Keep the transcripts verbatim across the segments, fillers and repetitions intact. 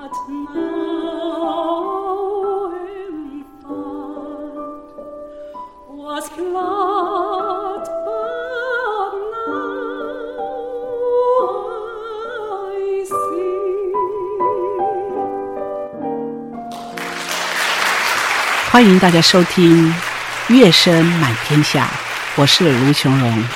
欢迎大家收听《乐声满天下》，我是卢琼荣。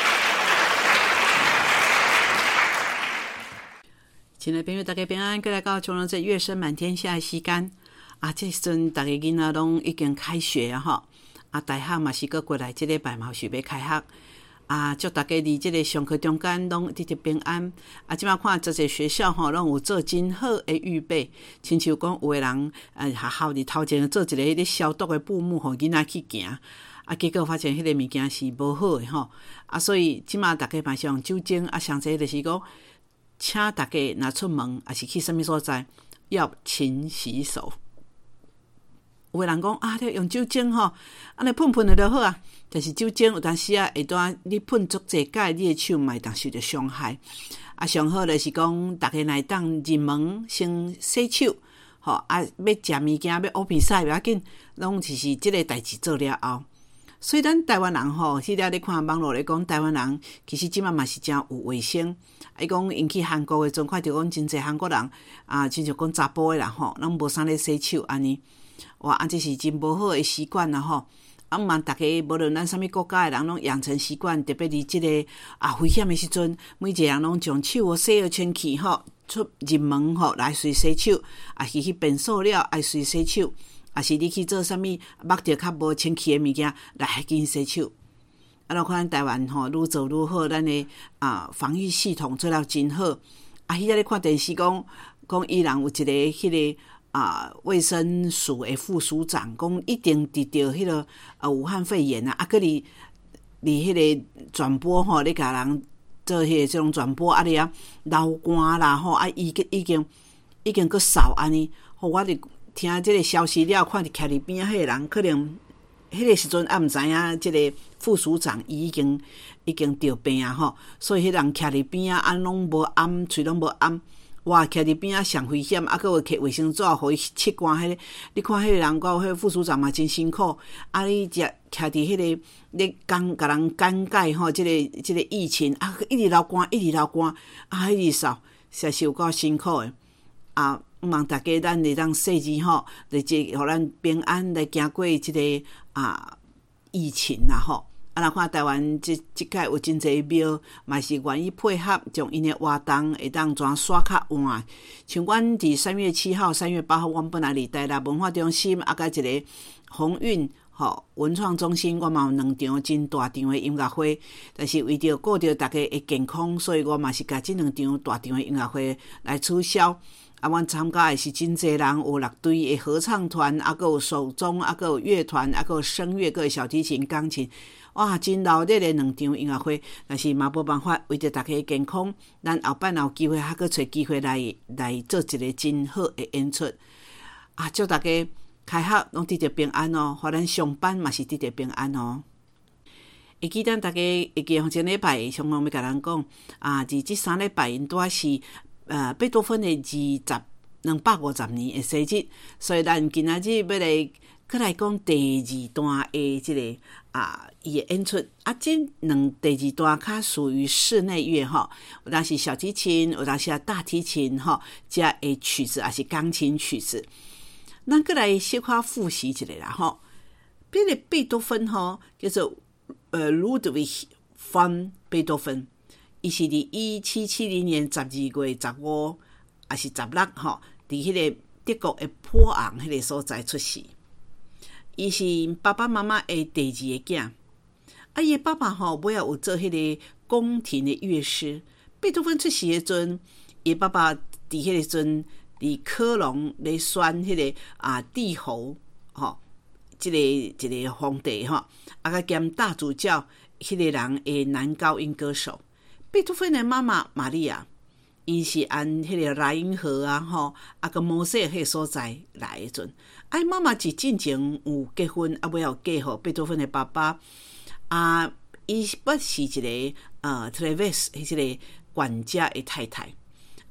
亲爱的朋友，大家平安，过来到琼荣这《乐声满天下》的时间啊，这时阵大家囡仔拢已经开学啊，吼啊，大学嘛是过过来，这礼拜嘛是要开学啊，祝大家伫这个上课中间拢直直平安啊！即摆看这些学校吼，拢有做真好的预备，亲像讲有的人呃学校伫头前做一个迄个消毒的布幕，互囡仔去行啊，结果发现迄个物件是无好的吼啊，所以即摆大家嘛是用酒精啊，上济就是讲，请大家若出门还是去什么所在，要勤洗手。有的人讲啊，你用酒精吼，安尼喷喷的就好啊。但是酒精有当时啊，会当你喷足济届，你的手嘛会当受到伤害。啊，上好就是讲，大家来当入门先洗手，吼啊，要食物件，要乌皮屎，不要紧，拢就是即个代志做了后。所以咱台湾人吼，迄个咧看网络咧讲，台湾人其实即马嘛是真有卫生。伊讲引起韩国的状况，就讲真济韩国人啊，亲像讲查甫的人吼，拢无啥咧洗手安尼。哇，啊，这是真无好的习惯啦吼！啊，毋茫大家无论咱啥物国家的人，拢养成习惯，特别伫即个啊危险的时阵，每一个人拢将手洗好清气吼，出入门吼来随洗手，啊是去便所了爱随洗手，啊是你去做啥物摸着较无清气的物件来紧洗手。啊，咱看咱台湾吼愈做愈好，咱的啊防疫系统做了真好。啊，迄个咧看电视讲讲伊人有一个迄、那个。啊，卫生署的副署长讲，一定得到迄个呃武汉肺炎啊，啊，佮你你迄个传播吼，你甲人做迄个这种传播啊，你啊流汗啦吼，啊，已经已经已经佮扫安尼，吼，我就听这个消息了，看伫徛伫边仔迄个人，可能迄个时阵啊，毋知影这个副署长已经已经得病啊吼，所以迄人徛伫边仔，啊，拢无按，喙拢无按。哇！徛伫边仔上危险，啊，佮有摕卫生纸互伊拭干。迄个，你看迄个人讲，迄个副署长嘛真辛苦。啊，你只徛伫迄个，你讲甲人讲解吼，即个即个疫情啊，一直流汗，一直流汗，啊，一直扫，实是有够辛苦诶。啊，毋茫大家咱会当细致吼，来即互咱平安来行过即个啊疫情啦吼。啊，若看台湾即即届有真侪庙，嘛是愿意配合，将因的活动会当怎刷较晏。像阮伫三月七号、三月八号，阮本来伫台南文化中心，啊，甲一个鸿运吼文创中心，我嘛有两场真大场的音乐会。但是为着顾着大家的健康，所以我嘛是甲即两场大场的音乐会来取消。啊，阮参加的是真侪人，有六队的合唱团，啊，还有手钟，啊，还有乐团，啊，还有声乐，还有小提琴、钢琴。哇，真闹热的两场音乐会，但是嘛无办法，为着大家的健康，咱后摆若有机会，还阁找机会来来做一个真好的演出。啊，祝大家开学拢得着平安哦，互咱上班嘛是得着平安哦。会记得大家会记得前礼拜上龙要甲咱讲啊，伫即三礼拜因拄仔是呃贝多芬的二十两百五十年的生日，所以咱今仔日要来。佮来讲第二段的即、这个啊，伊的演出啊，即两第二段较属于室内乐吼，有当是小提琴，有当是大提琴吼，加的曲子，还是钢琴曲子。咱佮来小可复习一下啦吼。这个贝多芬吼叫做呃 Ludwig von Beethoven， 伊是伫一七七零年十二月十五还是十六吼，伫迄个德国的波昂迄个所在出世。伊是爸爸妈妈的第二个囝，啊，伊爸爸吼尾仔有做迄个宫廷的乐师。贝多芬出世的阵，伊爸爸伫迄个阵伫科隆咧选迄个啊帝侯吼，即、这个一、这个皇帝吼，啊个兼大主教迄个人的男高音歌手。贝多芬的妈妈玛利亚，伊是按迄个莱茵河啊吼，啊个摩西迄个所在来的阵。哎，妈妈是进前有结婚，啊，尾有嫁互贝多芬的爸爸啊，伊不是一个呃 Travis 迄个管家的太太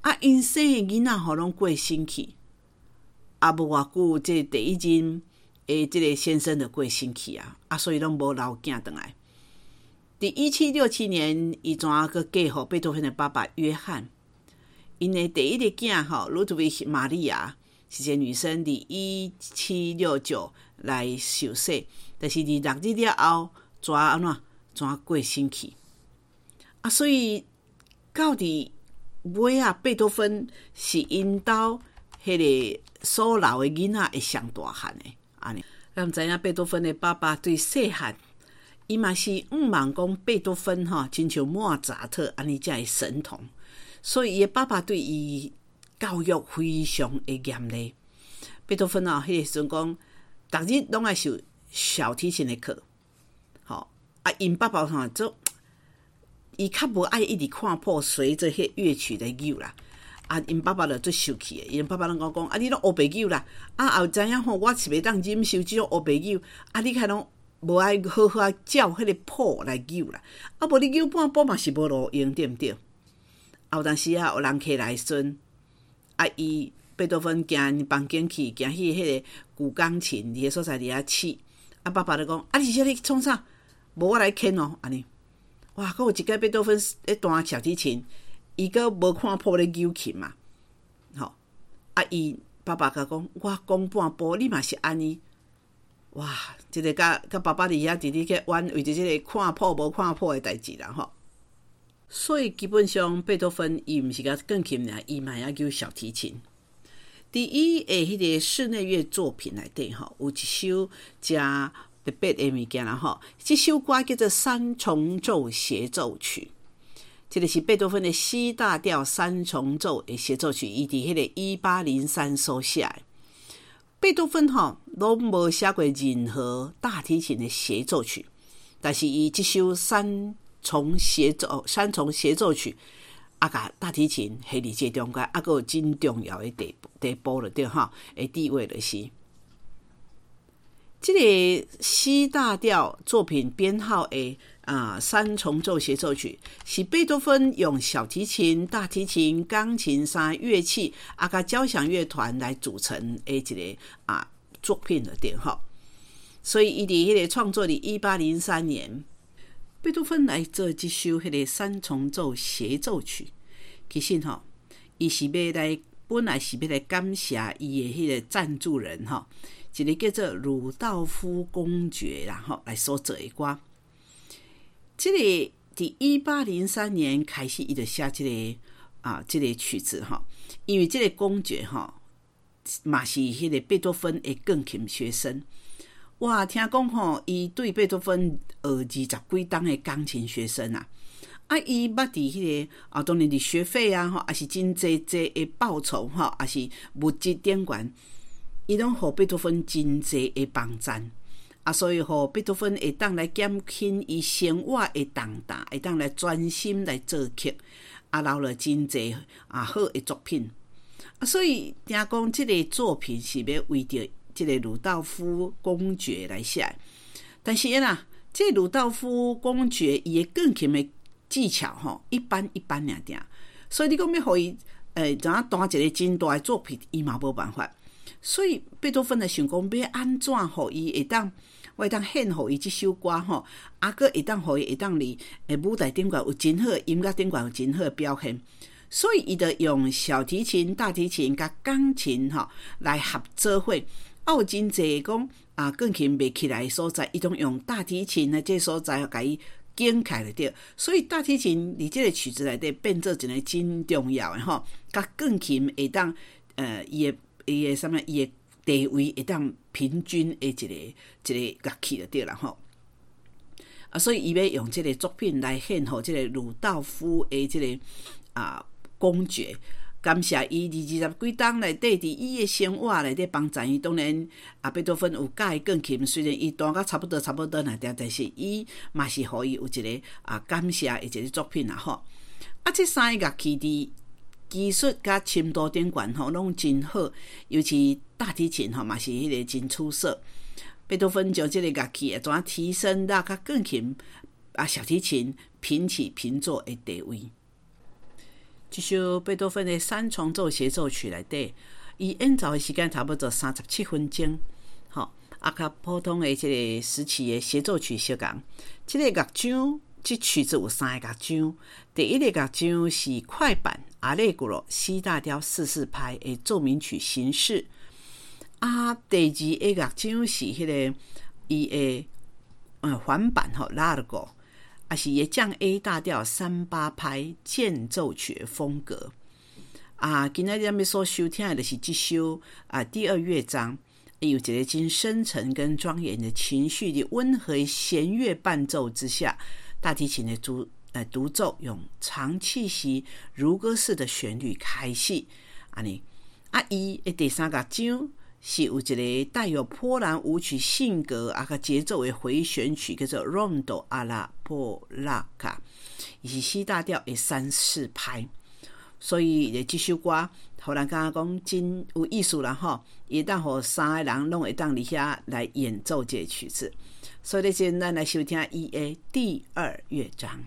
啊，因生的囡仔吼拢过身去，啊无偌久，这第一任诶，这个先生就过身去啊，啊，所以拢无留囝回来。伫一七六七年，伊怎啊个嫁互贝多芬的爸爸约翰？因的第一个囝吼，路德维希玛利亚是一个女生，伫一七六九来受洗，但是伫六日了后，怎安怎怎过身去？啊，所以到底尾啊，贝多芬是因兜迄个所留的囡仔会上大汉的安尼。咱知影贝多芬的爸爸对细汉，伊嘛是毋茫讲贝多芬吼，亲像莫扎特安尼才会神童，所以伊的爸爸对伊教育非常的严厉。贝多芬啊，迄个时阵讲，逐日拢爱受小提琴的课，吼啊，因爸爸吼做。伊较无爱一直看谱，随着迄乐曲来扭啦。啊，因爸爸就最受气的，因爸爸拢讲讲，啊，你拢学白扭啦。啊，后知影吼，我是袂当忍受即种学白扭。啊，你看拢无爱好好照迄个谱来扭啦。啊，无你扭半步嘛是无路用，对毋对？后当时啊，有人客来孙，啊，伊贝多芬行房间去，行去迄个古钢琴伫个所在伫遐试。啊，爸爸就讲，啊，你这咧创啥？无我来牵哦，安尼。哇！佮有一届贝多芬咧弹小提琴，伊个无看谱咧扭琴嘛，吼！啊，伊爸爸甲讲，我讲半步，你嘛是安尼。哇！即、这个甲甲爸爸伫遐直直去玩，为着即个看谱无看谱诶代志啦，吼！所以基本上，贝多芬伊毋是甲钢琴尔，伊嘛也叫小提琴。第一诶，迄个室内乐作品内底吼，有一首加。特别的物件啦吼，这首歌叫做《三重奏协奏曲》，这个是贝多芬的 C 大调三重奏的协奏曲，伊伫迄个一八零三所写的。贝多芬吼拢无写过任何大提琴的协奏曲，但是伊这首三重协奏三重协奏曲，啊，甲大提琴系伫这中间，啊，个有真重要的地地步了对吼，诶地位就是。这个 C 大调作品编号的啊三重奏协奏曲，是贝多芬用小提琴、大提琴、钢琴三乐器啊，甲交响乐团来组成的一个啊作品的点吼。所以伊伫迄个创作伫一八零三年，贝多芬来做这首迄个三重奏协奏曲，其实吼，伊是要来本来是要来感谢伊的迄个赞助人吼。一个叫做鲁道夫公爵啦，吼来所做的歌。这个伫一八零三年开始，伊就写这个啊，这个曲子哈。因为这个公爵哈，嘛是迄个贝多芬的钢琴学生。哇，听讲吼，伊对贝多芬学二十几档的钢琴学生啊。啊，伊捌伫迄个啊，当然伫学费啊，吼，也是真济济的报酬哈，也是物质点悬。伊拢互贝多芬真济的帮赞，啊，所以互贝多芬会当来减轻伊生活的重担，会当来专心来做曲，啊，留了真济啊好的作品。啊，所以听讲即个作品是要为着即个鲁道夫公爵来写，但是啦，即个鲁道夫公爵伊的钢琴的技巧吼一般一般尔点，所以你讲要互伊诶怎样弹一个真大的作品，伊嘛无办法。所以贝多芬就想讲要安怎互伊会当会当献互伊即首歌吼，啊个会当互伊会当伫诶舞台顶悬有真好的音乐顶悬有真好的表现，所以伊就用小提琴、大提琴甲钢琴吼来合做伙。啊有真济讲啊钢琴袂起来的所在，伊都用大提琴的这所在甲伊建起来着，所以大提琴伫即个曲子内底变做一个真重要的吼，甲钢琴会当呃伊的。伊诶什么？伊诶地位会当平均诶一个一个乐器就对啦吼。啊，所以伊要用即个作品来献互即个鲁道夫诶即个啊公爵，感谢伊二二十几档内底伫伊诶生活内底帮助伊。当然，啊贝多芬有教伊钢琴，虽然伊弹到差不多差不多那点，但是伊嘛是互伊有一个啊感谢诶一个作品啦吼。啊，这三个乐器伫技术甲深度顶悬吼，拢真好，尤其大提琴吼嘛是迄个真出色。贝多芬将这个乐器怎样提升到甲钢琴啊、小提琴平起平坐的地位。 这首贝多芬的三重奏协奏曲内底，伊演奏的时间差不多三十七分钟，吼、哦，啊，甲普通的这个时期的协奏曲相共。这个乐章，这曲子有三个乐章，第一个乐章是快板阿列古罗 C 大调四四拍的奏鸣曲形式，啊，第二个乐章是迄个伊的呃缓板吼 Largo。也是也降 A 大调三八拍间奏曲的风格啊。今天咱们所收听的就是这首啊第二乐章，有一个真深沉跟庄严的情绪的温和弦乐伴奏之下，大提琴的独呃独奏用长气息如歌式的旋律开始安尼啊。伊的第三乐章是有一个带有波兰舞曲性格啊个节奏的回旋曲，叫做 Rondo alla Polacca， 伊是 C 大调的三四拍，所以这首歌互人感觉讲真有意思啦吼，伊当互三个人拢会当伫遐来演奏这个曲子。所以现在咱来收听伊的第二乐章。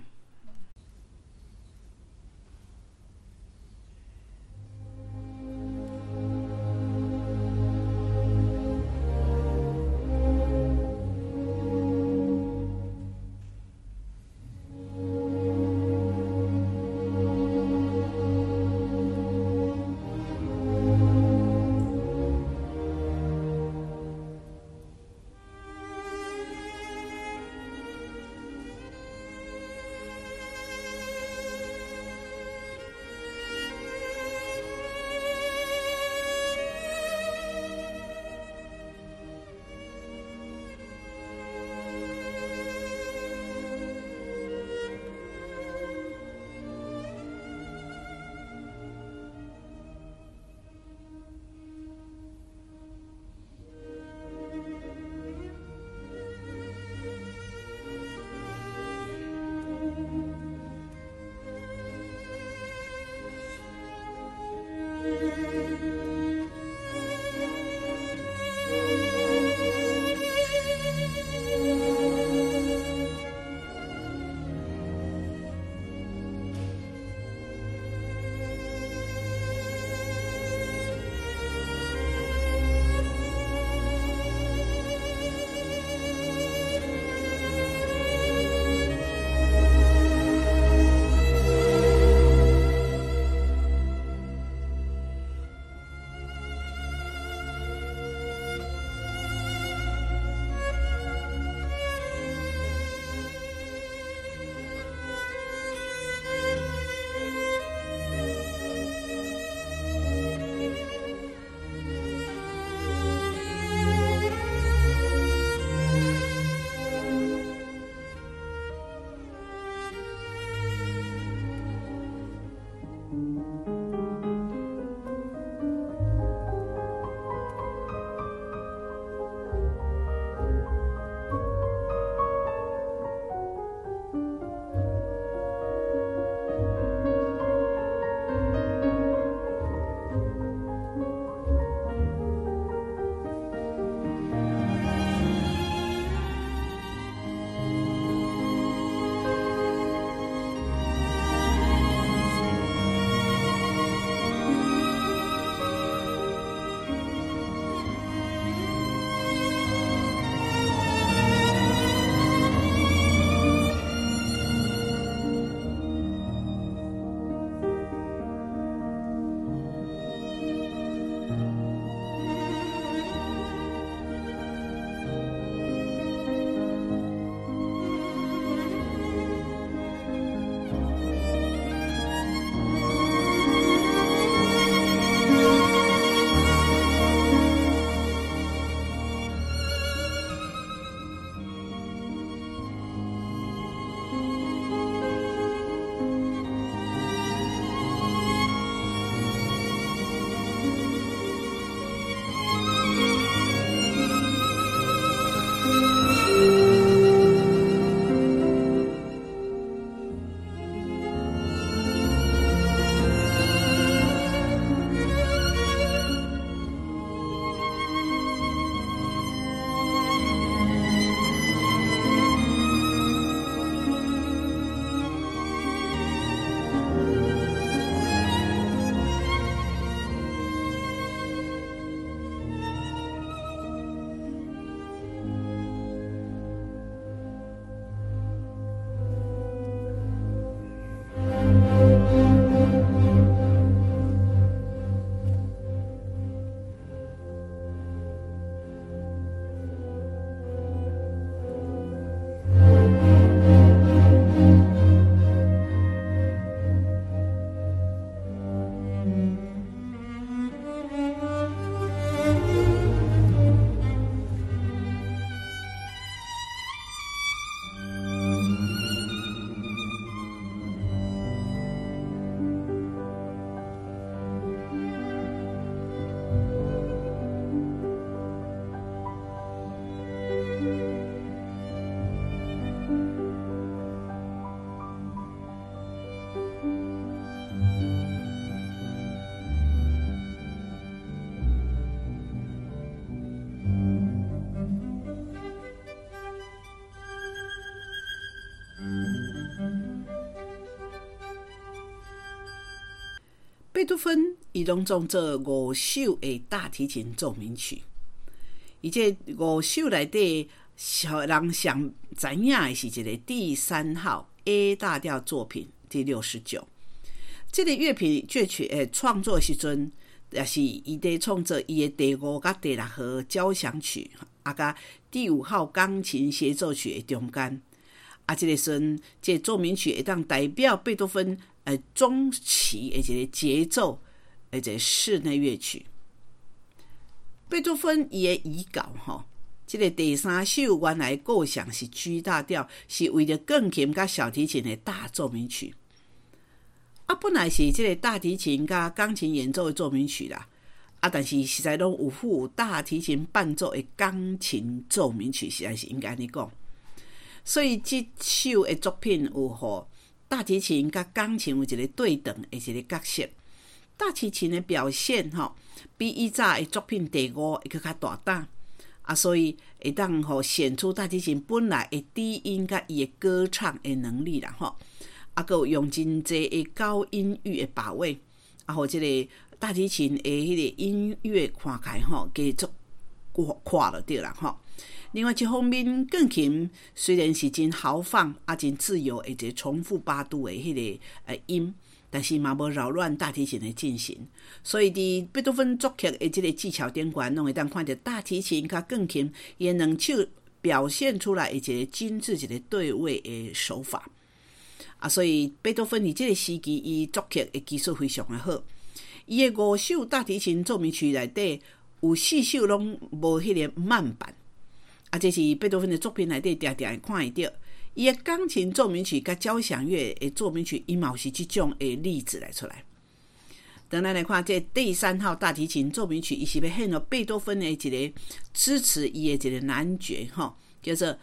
贝多芬伊拢创作五首的大提琴奏鸣曲，伊这五首内底，人上知影的是一个第三号 A 大调作品第六十九。这个乐品乐曲的创作时阵，也是伊在创作伊的第五甲第六号交响曲，啊，甲第五号钢琴协奏曲的中间。啊，这个时阵，这奏鸣曲会当代表贝多芬呃中期的一个节奏的一个室内乐曲。贝多芬伊的遗稿吼，这个第三首原来构想是 G 大调，是为了钢琴甲小提琴的大奏鸣曲。啊，本来是这个大提琴甲钢琴演奏的奏鸣曲啦。啊，但是实在拢有附大提琴伴奏的钢琴奏鸣曲，实在是应该安尼讲。所以这首的作品有互大提琴甲钢琴有一个对等的一个角色。大提琴的表现吼，比以早的作品第五会更较大胆啊，所以会当吼显出大提琴本来的低音甲伊的歌唱的能力啦吼，啊，佮有用真济的高音域的把握，啊，互这个大提琴的迄个音乐看起来吼，继续看了对啦吼。另外一方面，钢琴虽然是真豪放啊，真自由，而且重复八度的迄个呃音，但是嘛无扰乱大提琴的进行。所以伫贝多芬作曲的这个技巧点管，拢会当看到大提琴甲钢琴也两手表现出来一个精致一个对位的手法啊。所以贝多芬伫这个时期，伊作曲的技术非常的好。伊的五首大提琴奏鸣曲内底有四首拢无迄个慢板。啊，这是贝多芬的作品内底常常会看会到，伊的钢琴奏鸣曲甲交响乐的奏鸣曲，伊嘛是这种的例子来出来。当咱来看这第三号大提琴奏鸣曲，伊是要显露贝多芬的一个支持伊的一个男爵吼，叫做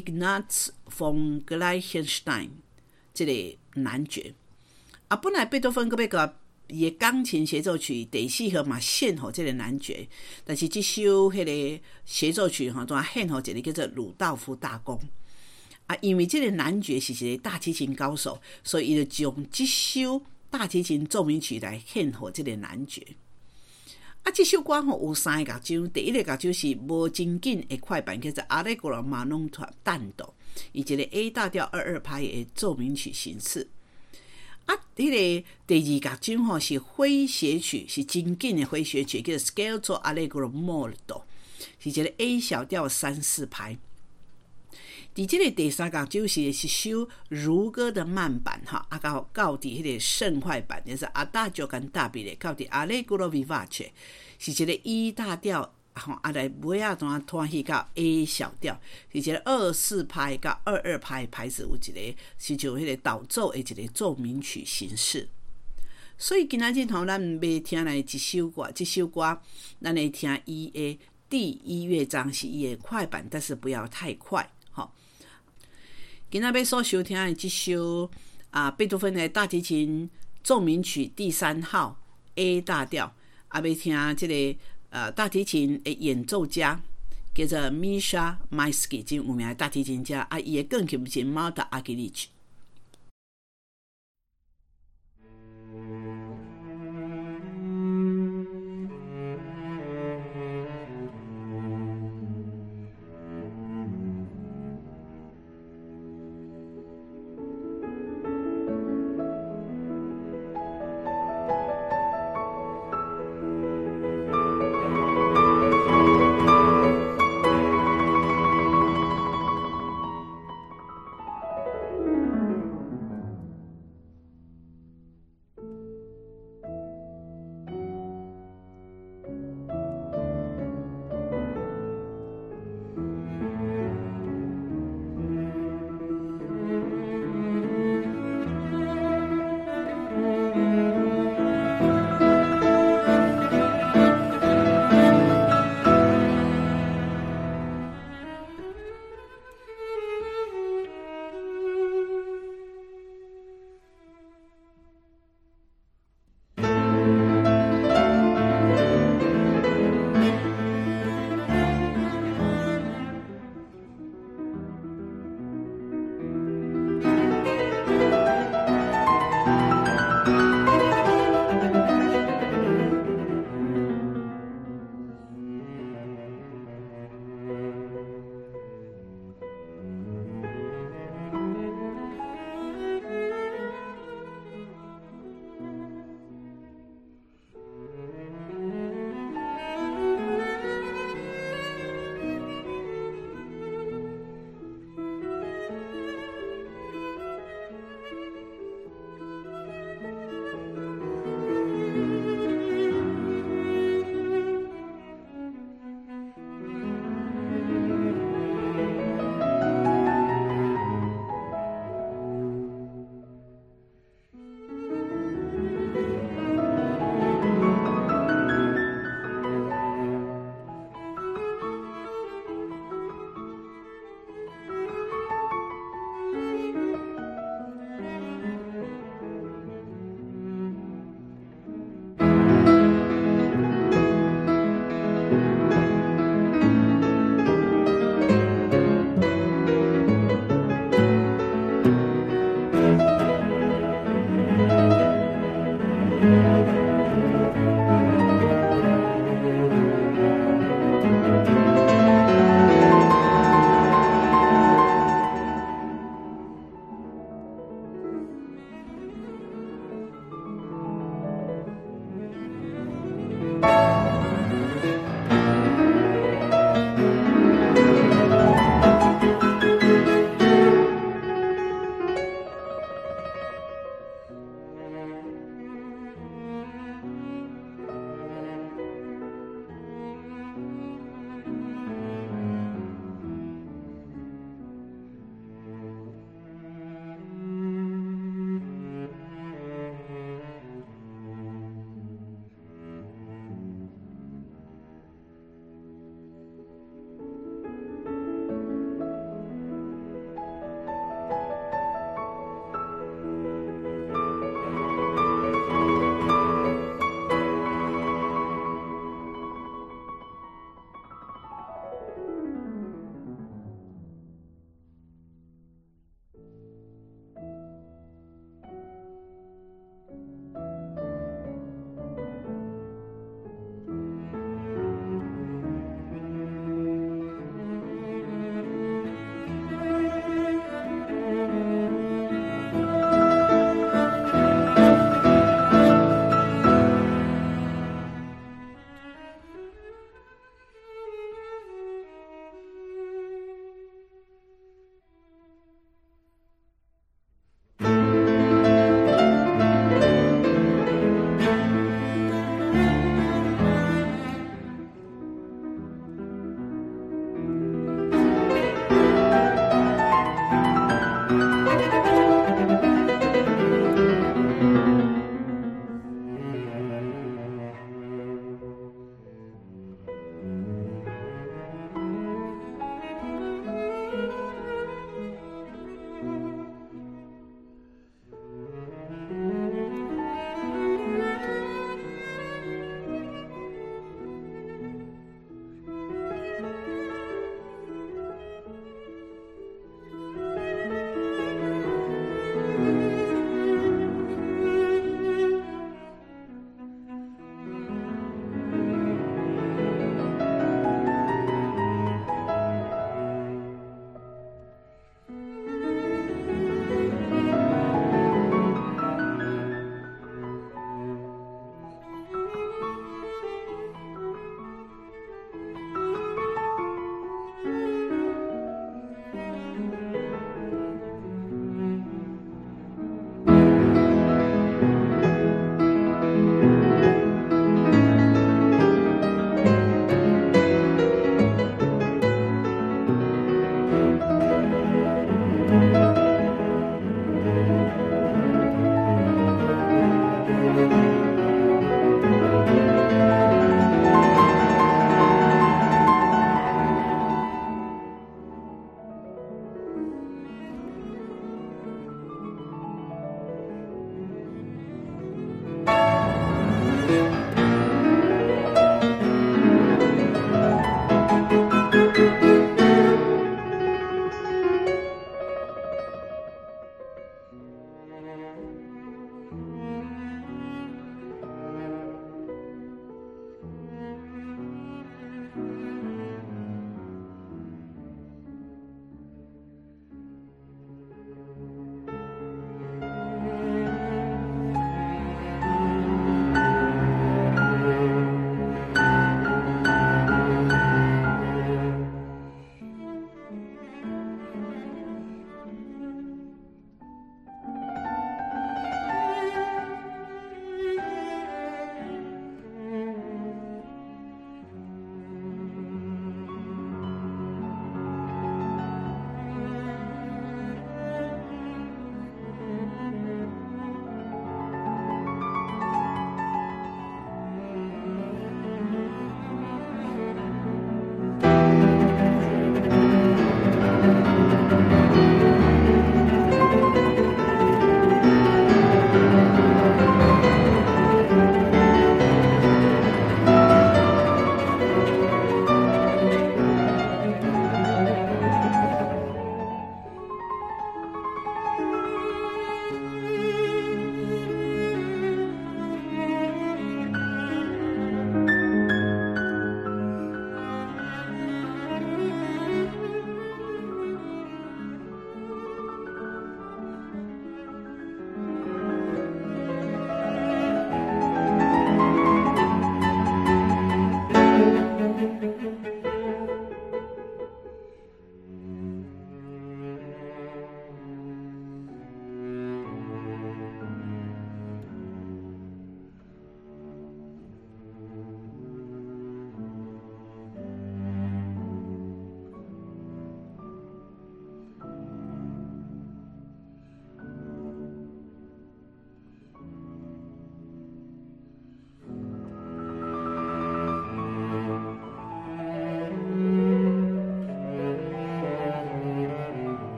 Ignaz von Gleichenstein 这个男爵。啊，本来贝多芬搁要甲伊的钢琴协奏曲第四号嘛献予这个男爵，但是这首迄个协奏曲吼，都献予一个叫做鲁道夫大公啊。因为这个男爵是一个大提琴高手，所以伊就用这首大提琴奏鸣曲来献予这个男爵。啊，这首歌吼有三个乐章，第一个乐章是无真紧的快板，叫做 Allegro ma non tanto， 以一个 A 大调二二拍的奏鸣曲形式。啊，迄、那个第二乐章吼是诙谐曲，是真紧的诙谐曲，叫做 Scherzo Allegro molto， 是一个 A 小调三四拍。伫这个第三乐章是是首如歌的慢板哈，啊到到伫迄个盛快板，就是 Adagio cantabile， 到伫 Allegro vivace， 是一个 E 大调。啊，来尾仔段拖去到 A 小调，是一个二四拍到二二拍的拍子，有一个是就迄个导奏的一个奏鸣曲形式。所以今仔日头咱要听来一首歌，这首歌咱来听伊的第一乐章是伊的快板，但是不要太快。好，今仔要所收听的这首啊，贝多芬的大提琴奏鸣曲第三号 A 大调，啊，要听这个。呃，大提琴的演奏家叫做 Misha Maisky， 真有名的大提琴家啊，伊的钢琴是 Marta Argerich。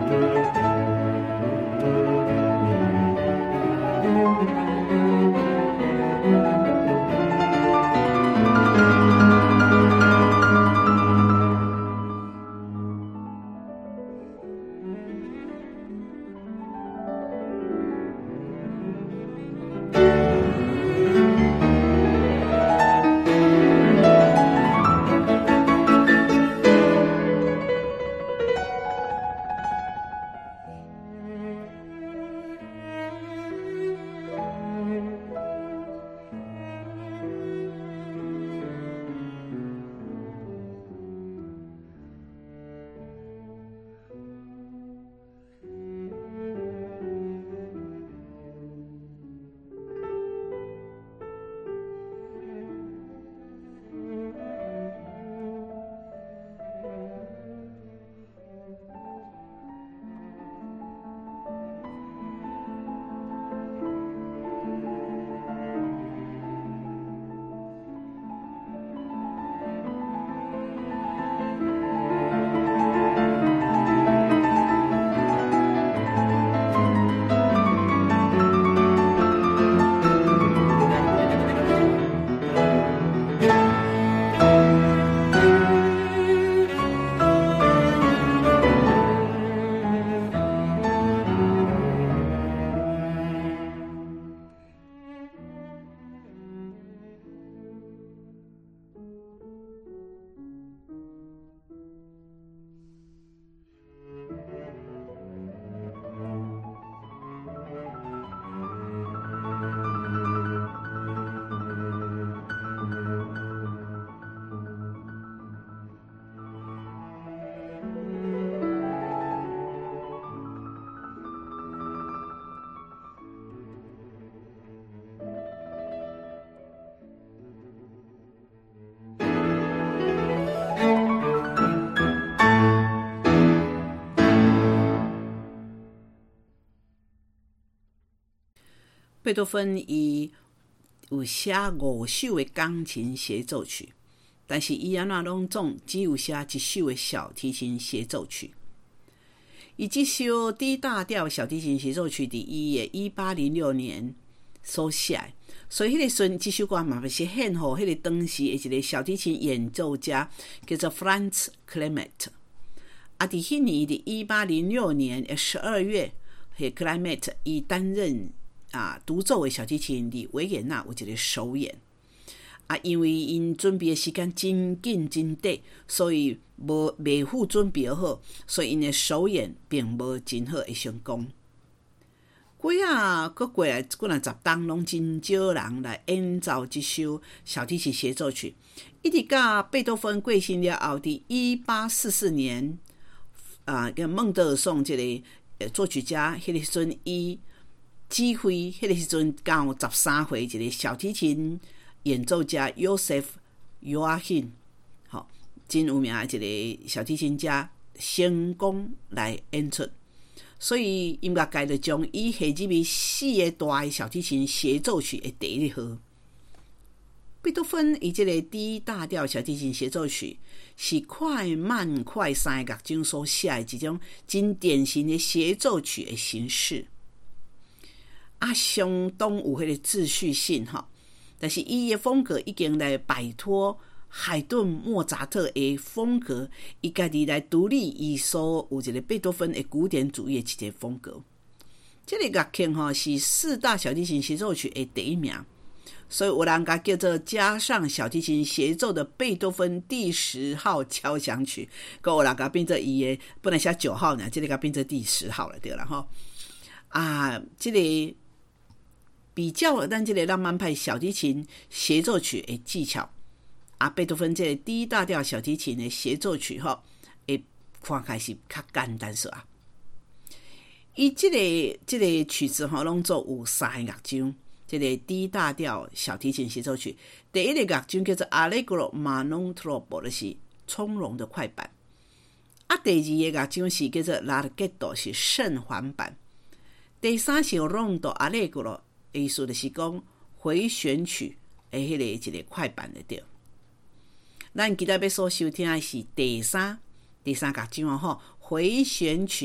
贝多芬伊有写五首的钢琴协奏曲，但是伊安怎拢总只有写一首的小提琴协奏曲。伊这首 D 大调小提琴协奏曲伫伊的一八零六年所写，所以迄个时这首歌嘛是献给迄个当时的一个小提琴演奏家叫做 Franz Clement。啊，伫迄年的一八零六年的十二月，迄 Clement 伊担任啊独奏的小提琴伫维也纳有一个首演。啊，因为因准备的时间真紧真短，所以无未赴准备好，所以因的首演并无真好的成功。几啊，搁过来几若十档，拢真少人来演奏这首小提琴协奏曲。一直到贝多芬过身了后，伫一八四四年，啊，跟孟德尔颂这个作曲家，迄个时阵伊指挥，迄个时阵刚有十三岁一个小提琴演奏家 Joseph Joachim， 好，真有名的一个小提琴家，成功来演出。所以音乐界就将伊下入为四个大的小提琴协奏曲的第一号。贝多芬伊这个 D 大调小提琴协奏曲是快慢快三个乐章所写的一种真典型的协奏曲的形式，啊，相当有迄个秩序性哈。但是伊的风格已经来摆脱海顿、莫扎特的风格，伊家己来独立伊所有一个贝多芬的古典主义的一个风格。这个乐曲哈是四大小提琴协奏曲的第一名，所以有人家叫做加上小提琴协奏的贝多芬第十号交响曲，跟有人家变成伊的本来写九号呢，这个变成第十号了，对了哈。啊，这个比较咱这个浪漫派小提琴协奏曲的技巧，啊，贝多芬这个 D 大调小提琴的协奏曲吼，会看起来是较简单些啊。伊这个这个曲子吼，拢做有三个乐章。这个 D 大调小提琴协奏曲，第一个乐章叫做 Allegro ma non troppo， 就是从容的快板。啊，第二个乐章是叫做 Larghetto， 是盛缓板。第三是 Rondo Allegro。意思就是讲回旋曲的迄个一个快板的对。咱今仔要所收听的是第三第三乐章吼，回旋曲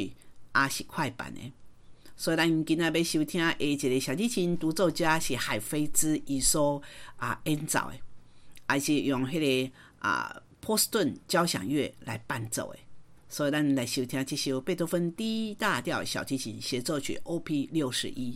也是快板的。所以咱今仔要收听的一个小提琴独奏家是海菲兹伊所啊演奏的，还是用迄、那个啊波士顿交响乐来伴奏的。所以咱来收听这首贝多芬 D 大调小提琴协奏曲 O P 六十一。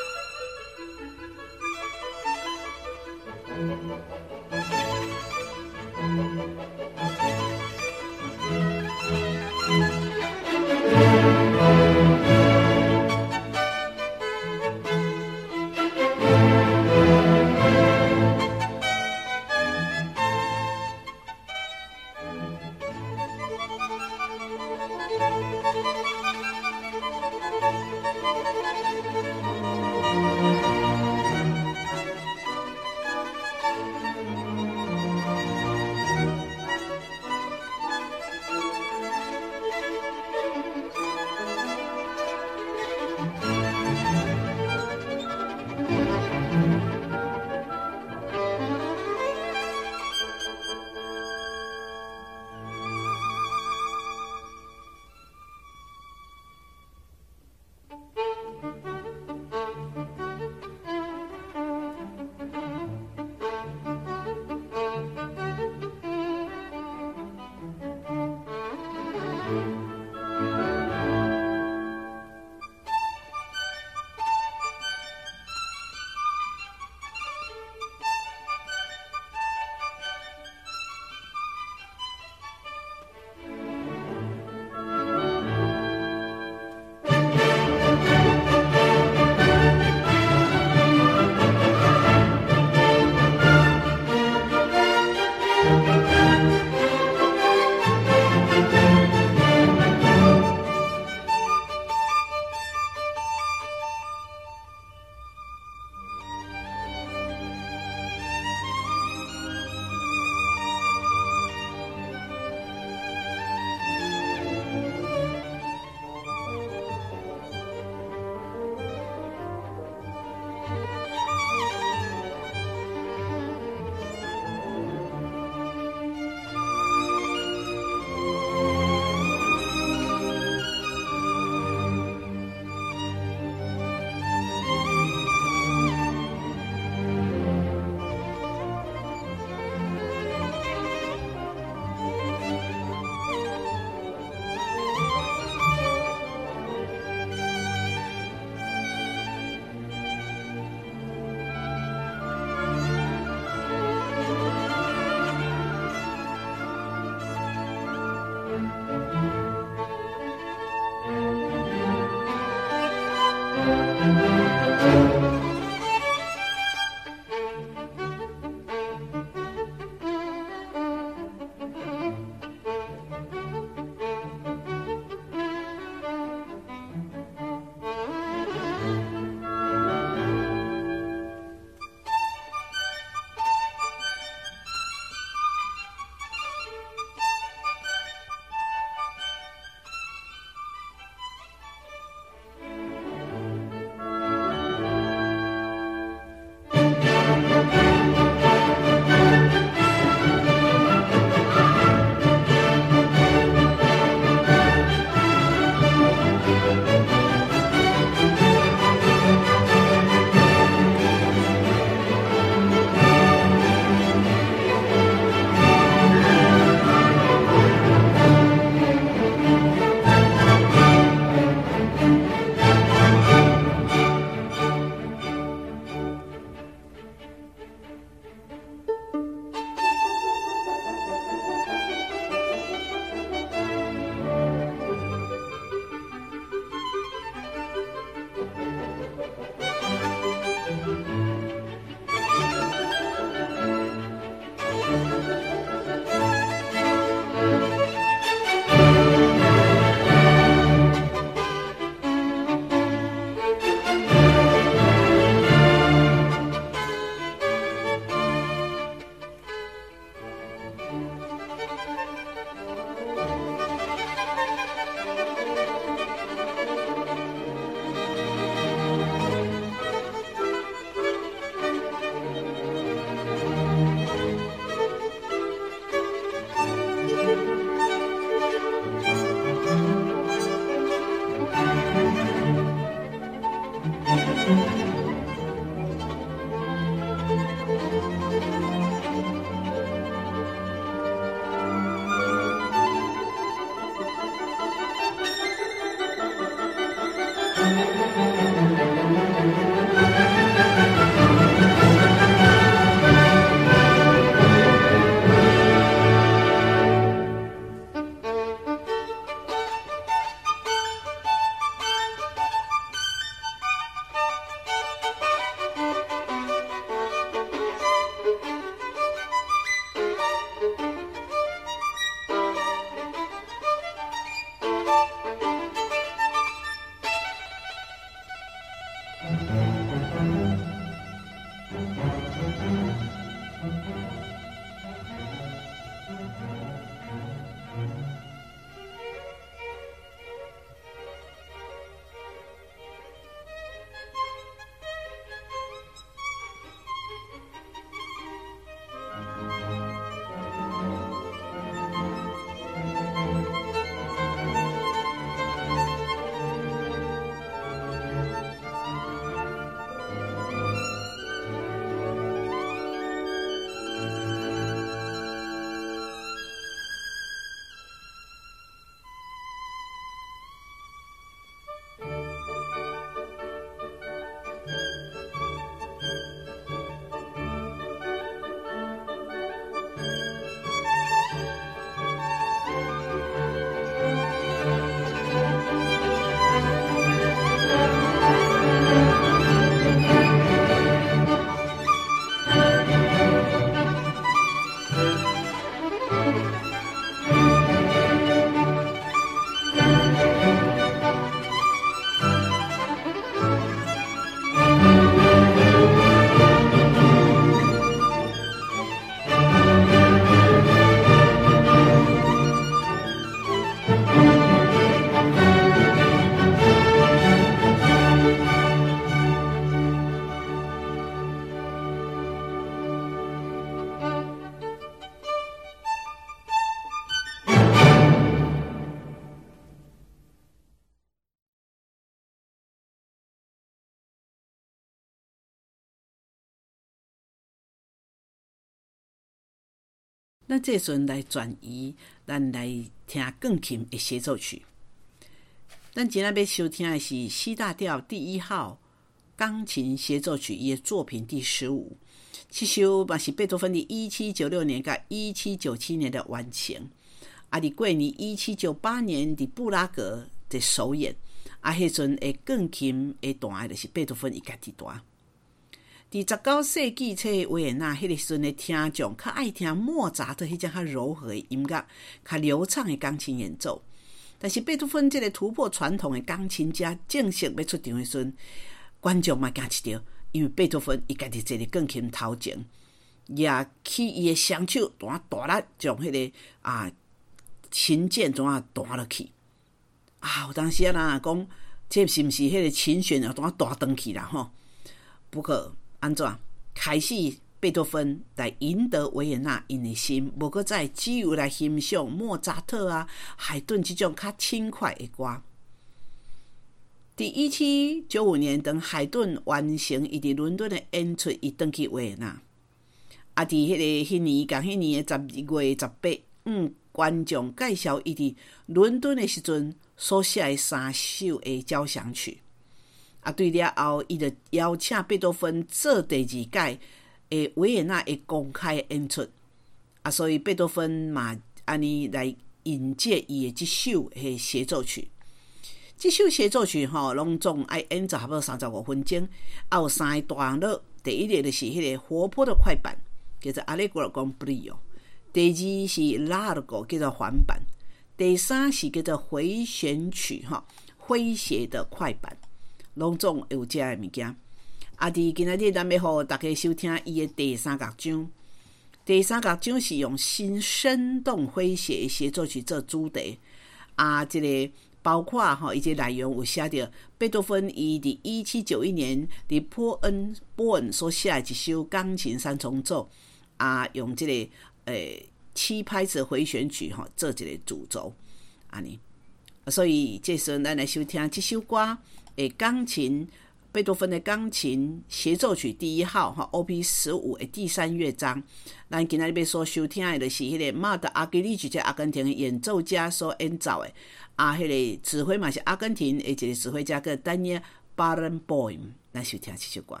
咱这阵来转移，咱来听钢琴的协奏曲。咱今仔要收听的是 C 大调第一号钢琴协奏曲，伊的作品第十五。这首嘛是贝多芬伫一七九六年甲一七九七年的完成，啊，伫过年一七九八年伫布拉格的首演，啊，迄阵的钢琴的弹就是贝多芬伊家己弹。伫十九世纪初维也纳迄个时阵的听众较爱听莫扎特迄种较柔和的音乐，较流畅的钢琴演奏。但是贝多芬这个突破传统的钢琴家正式要出场的时阵，观众嘛惊一跳，因为贝多芬伊家己坐伫钢琴头前，也起伊的双手弹大力，将迄个啊琴键怎啊弹落去。啊，有当时啊人也讲，这是毋是迄个琴弦要怎啊弹转去啦吼？不过安怎开始贝多芬来赢得维也纳因的心，无搁再只有来欣赏莫扎特啊、海顿这种较轻快的歌。伫一七九五年，当海顿完成伊伫伦敦的演出，伊转去维也纳。啊，伫迄个迄年，共迄年的十二月十八，嗯，观众介绍伊伫伦敦的时阵所写的三首的交响曲。啊，对了后，伊就邀请贝多芬做第二届诶维也纳的公开演出。啊，所以贝多芬嘛安尼来引介伊的这首诶协奏曲。这首协奏曲吼，拢总爱演差不多三十五分钟，啊有三个段落。第一个就是迄个活泼的快板，叫做 Allegro con brio； 第二是 Largo， 叫做缓板；第三是叫做回旋曲，哈，诙谐的快板。拢总有这个物件。啊，伫今仔日咱要互大家收听伊的第三乐章。第三乐章是用新生动诙谐的协奏曲做主题。啊，这个包括吼，伊这内容有写着贝多芬伊伫一七九一年伫波恩波恩所写的一首钢琴三重奏。啊，用这个诶七拍子回旋曲吼做一个主轴。安尼，所以这时候咱来收听这首歌。诶，钢琴贝多芬的钢琴协奏曲第一号哈 O P 十五的第三乐章，咱今仔日要所收听的就是迄个马德阿基里这阿根廷的演奏家所演奏的，啊，迄个指挥嘛是阿根廷的一个指挥家叫丹尼尔巴伦波姆，咱收听这首歌。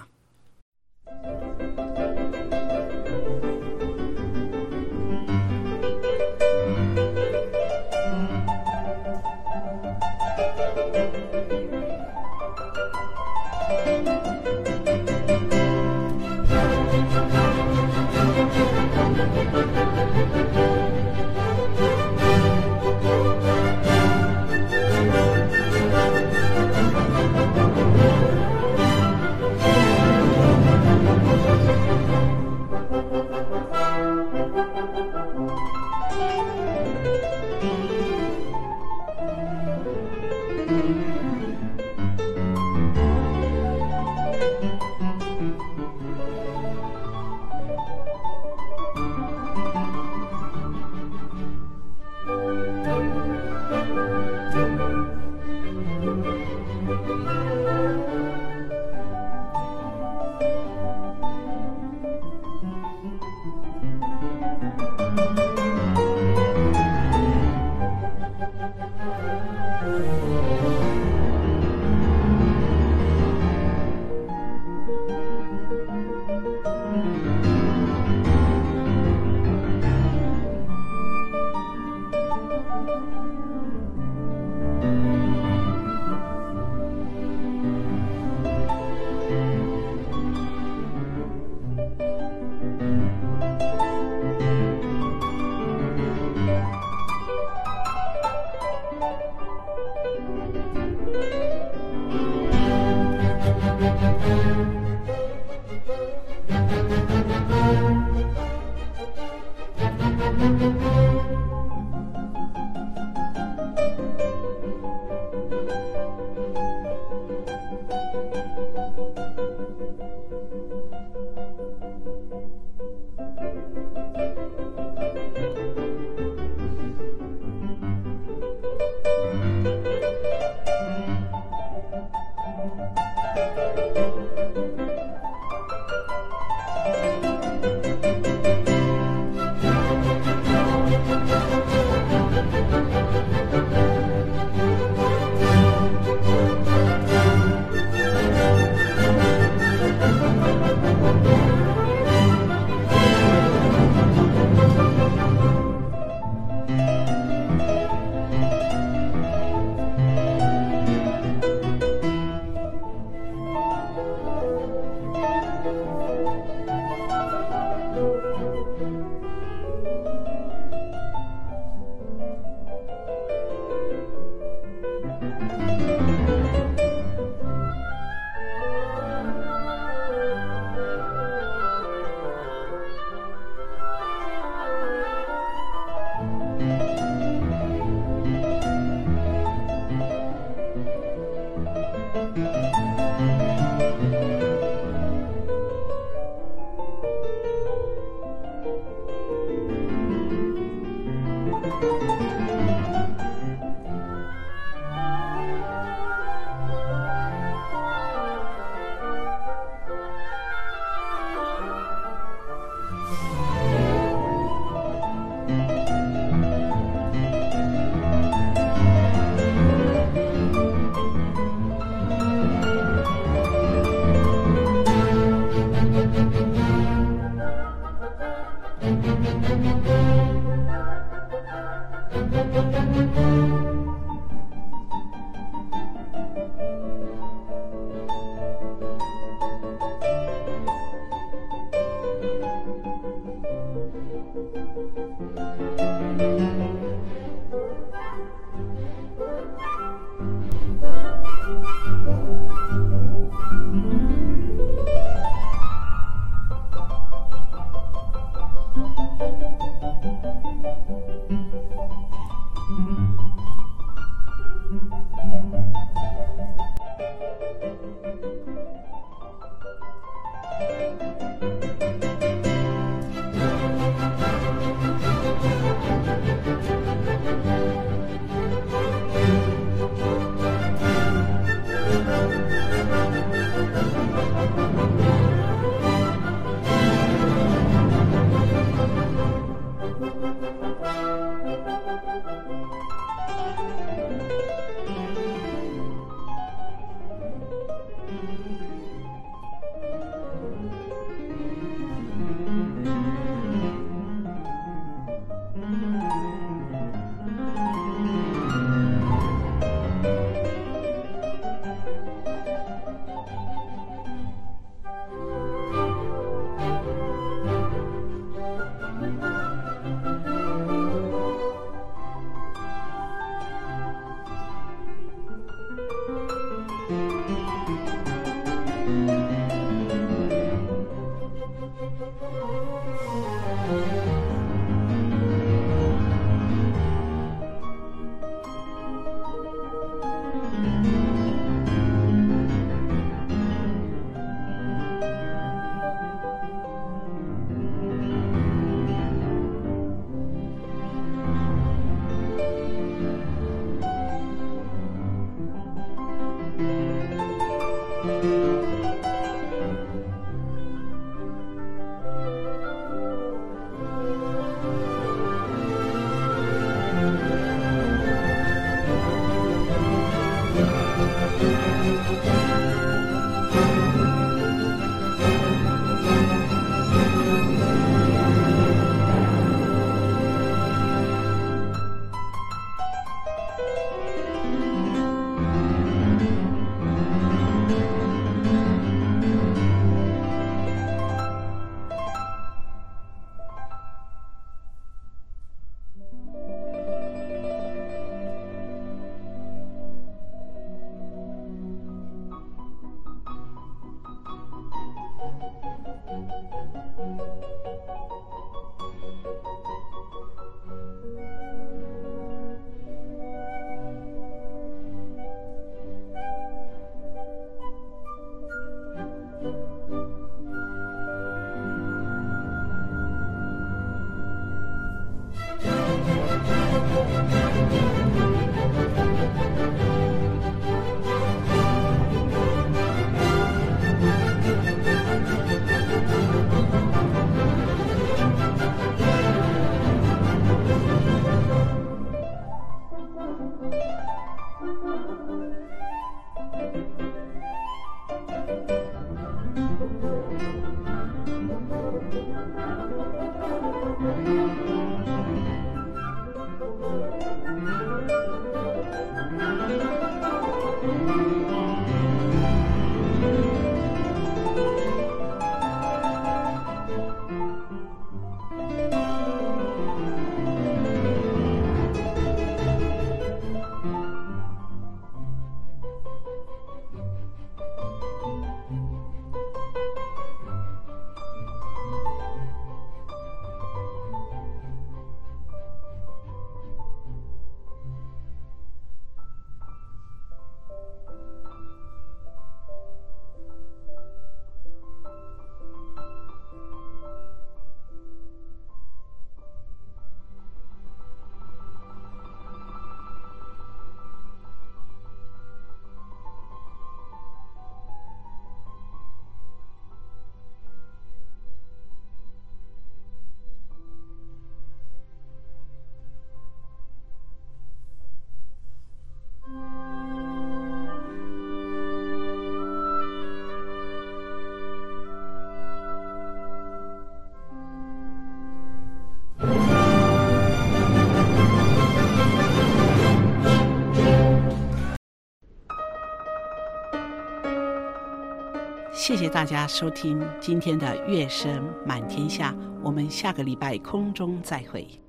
谢谢大家收听今天的乐声满天下，我们下个礼拜空中再会。